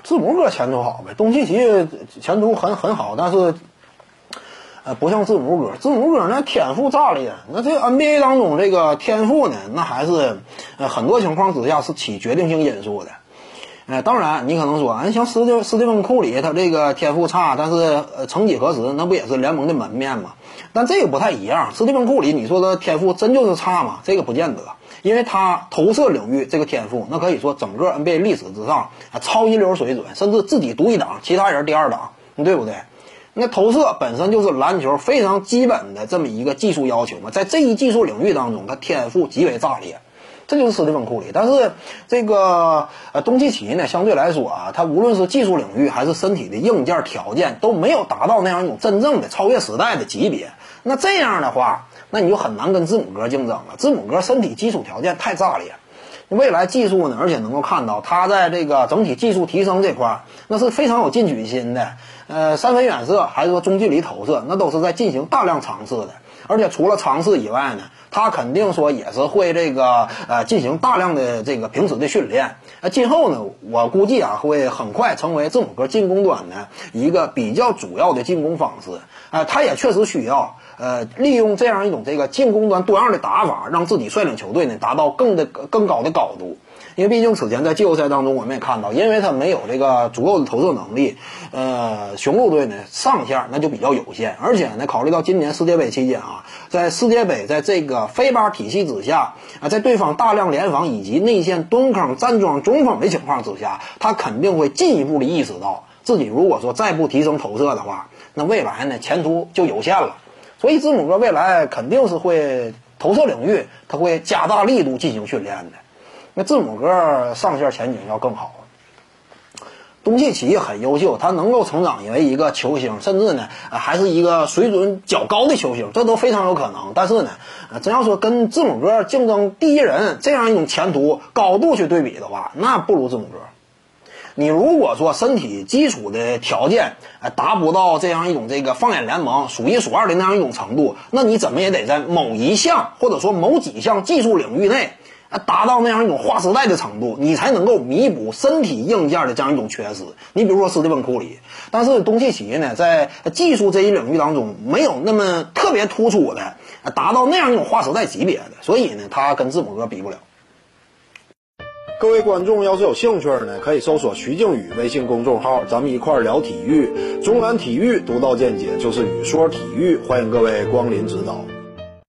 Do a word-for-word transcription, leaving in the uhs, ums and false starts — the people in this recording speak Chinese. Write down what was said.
字母哥前途好呗，东契奇前途很很好，但是。呃，不像字母哥，字母哥那天赋炸裂，那这 N B A 当中这个天赋呢，那还是呃很多情况之下是起决定性因素的。呃，当然你可能说，哎，像斯蒂斯蒂芬库里他这个天赋差，但是呃曾几何时那不也是联盟的门面吗？但这个不太一样，斯蒂芬库里你说他天赋真就是差吗？这个不见得，因为他投射领域这个天赋，那可以说整个 N B A 历史之上啊超一流水准，甚至自己独一档，其他人第二档，对不对？那投射本身就是篮球非常基本的这么一个技术要求嘛，在这一技术领域当中，他天赋极为炸裂，这就是斯蒂芬库里。但是这个呃东契奇呢，相对来说啊，他无论是技术领域还是身体的硬件条件都没有达到那样一种真正的超越时代的级别。那这样的话，那你就很难跟字母哥竞争了。字母哥身体基础条件太炸裂。未来技术呢，而且能够看到他在这个整体技术提升这块，那是非常有进取心的。呃，三分远射还是说中距离投射，那都是在进行大量尝试的。而且除了尝试以外呢，他肯定说也是会这个呃进行大量的这个平时的训练。呃，今后呢，我估计啊会很快成为字母哥进攻端的一个比较主要的进攻方式。呃，他也确实需要呃利用这样一种这个进攻端多样的打法，让自己率领球队呢达到更的更高的高度。因为毕竟此前在季后赛当中我们也看到，因为他没有这个足够的投射能力，呃，雄鹿队呢上限那就比较有限，而且呢考虑到今年世界杯期间啊，在世界杯在这个非巴体系之下啊，在对方大量联防以及内线蹲坑站桩中锋的情况之下，他肯定会进一步的意识到自己如果说再不提升投射的话，那未来呢前途就有限了。所以字母哥未来肯定是会投射领域他会加大力度进行训练的。那字母哥上线前景要更好。东契奇很优秀，他能够成长为一个球星，甚至呢、呃、还是一个水准较高的球星，这都非常有可能。但是呢，呃，真要说跟字母哥竞争第一人这样一种前途高度去对比的话，那不如字母哥。你如果说身体基础的条件呃达不到这样一种这个放眼联盟数一数二的那样一种程度，那你怎么也得在某一项或者说某几项技术领域内达到那样一种划时代的程度，你才能够弥补身体硬件的这样一种缺失。你比如说斯蒂芬库里，但是东契奇呢，在技术这一领域当中没有那么特别突出的达到那样一种划时代级别的，所以呢，他跟字母哥比不了。各位观众要是有兴趣呢，可以搜索徐静宇微信公众号，咱们一块聊体育，中南体育独到见解就是语说体育，欢迎各位光临指导。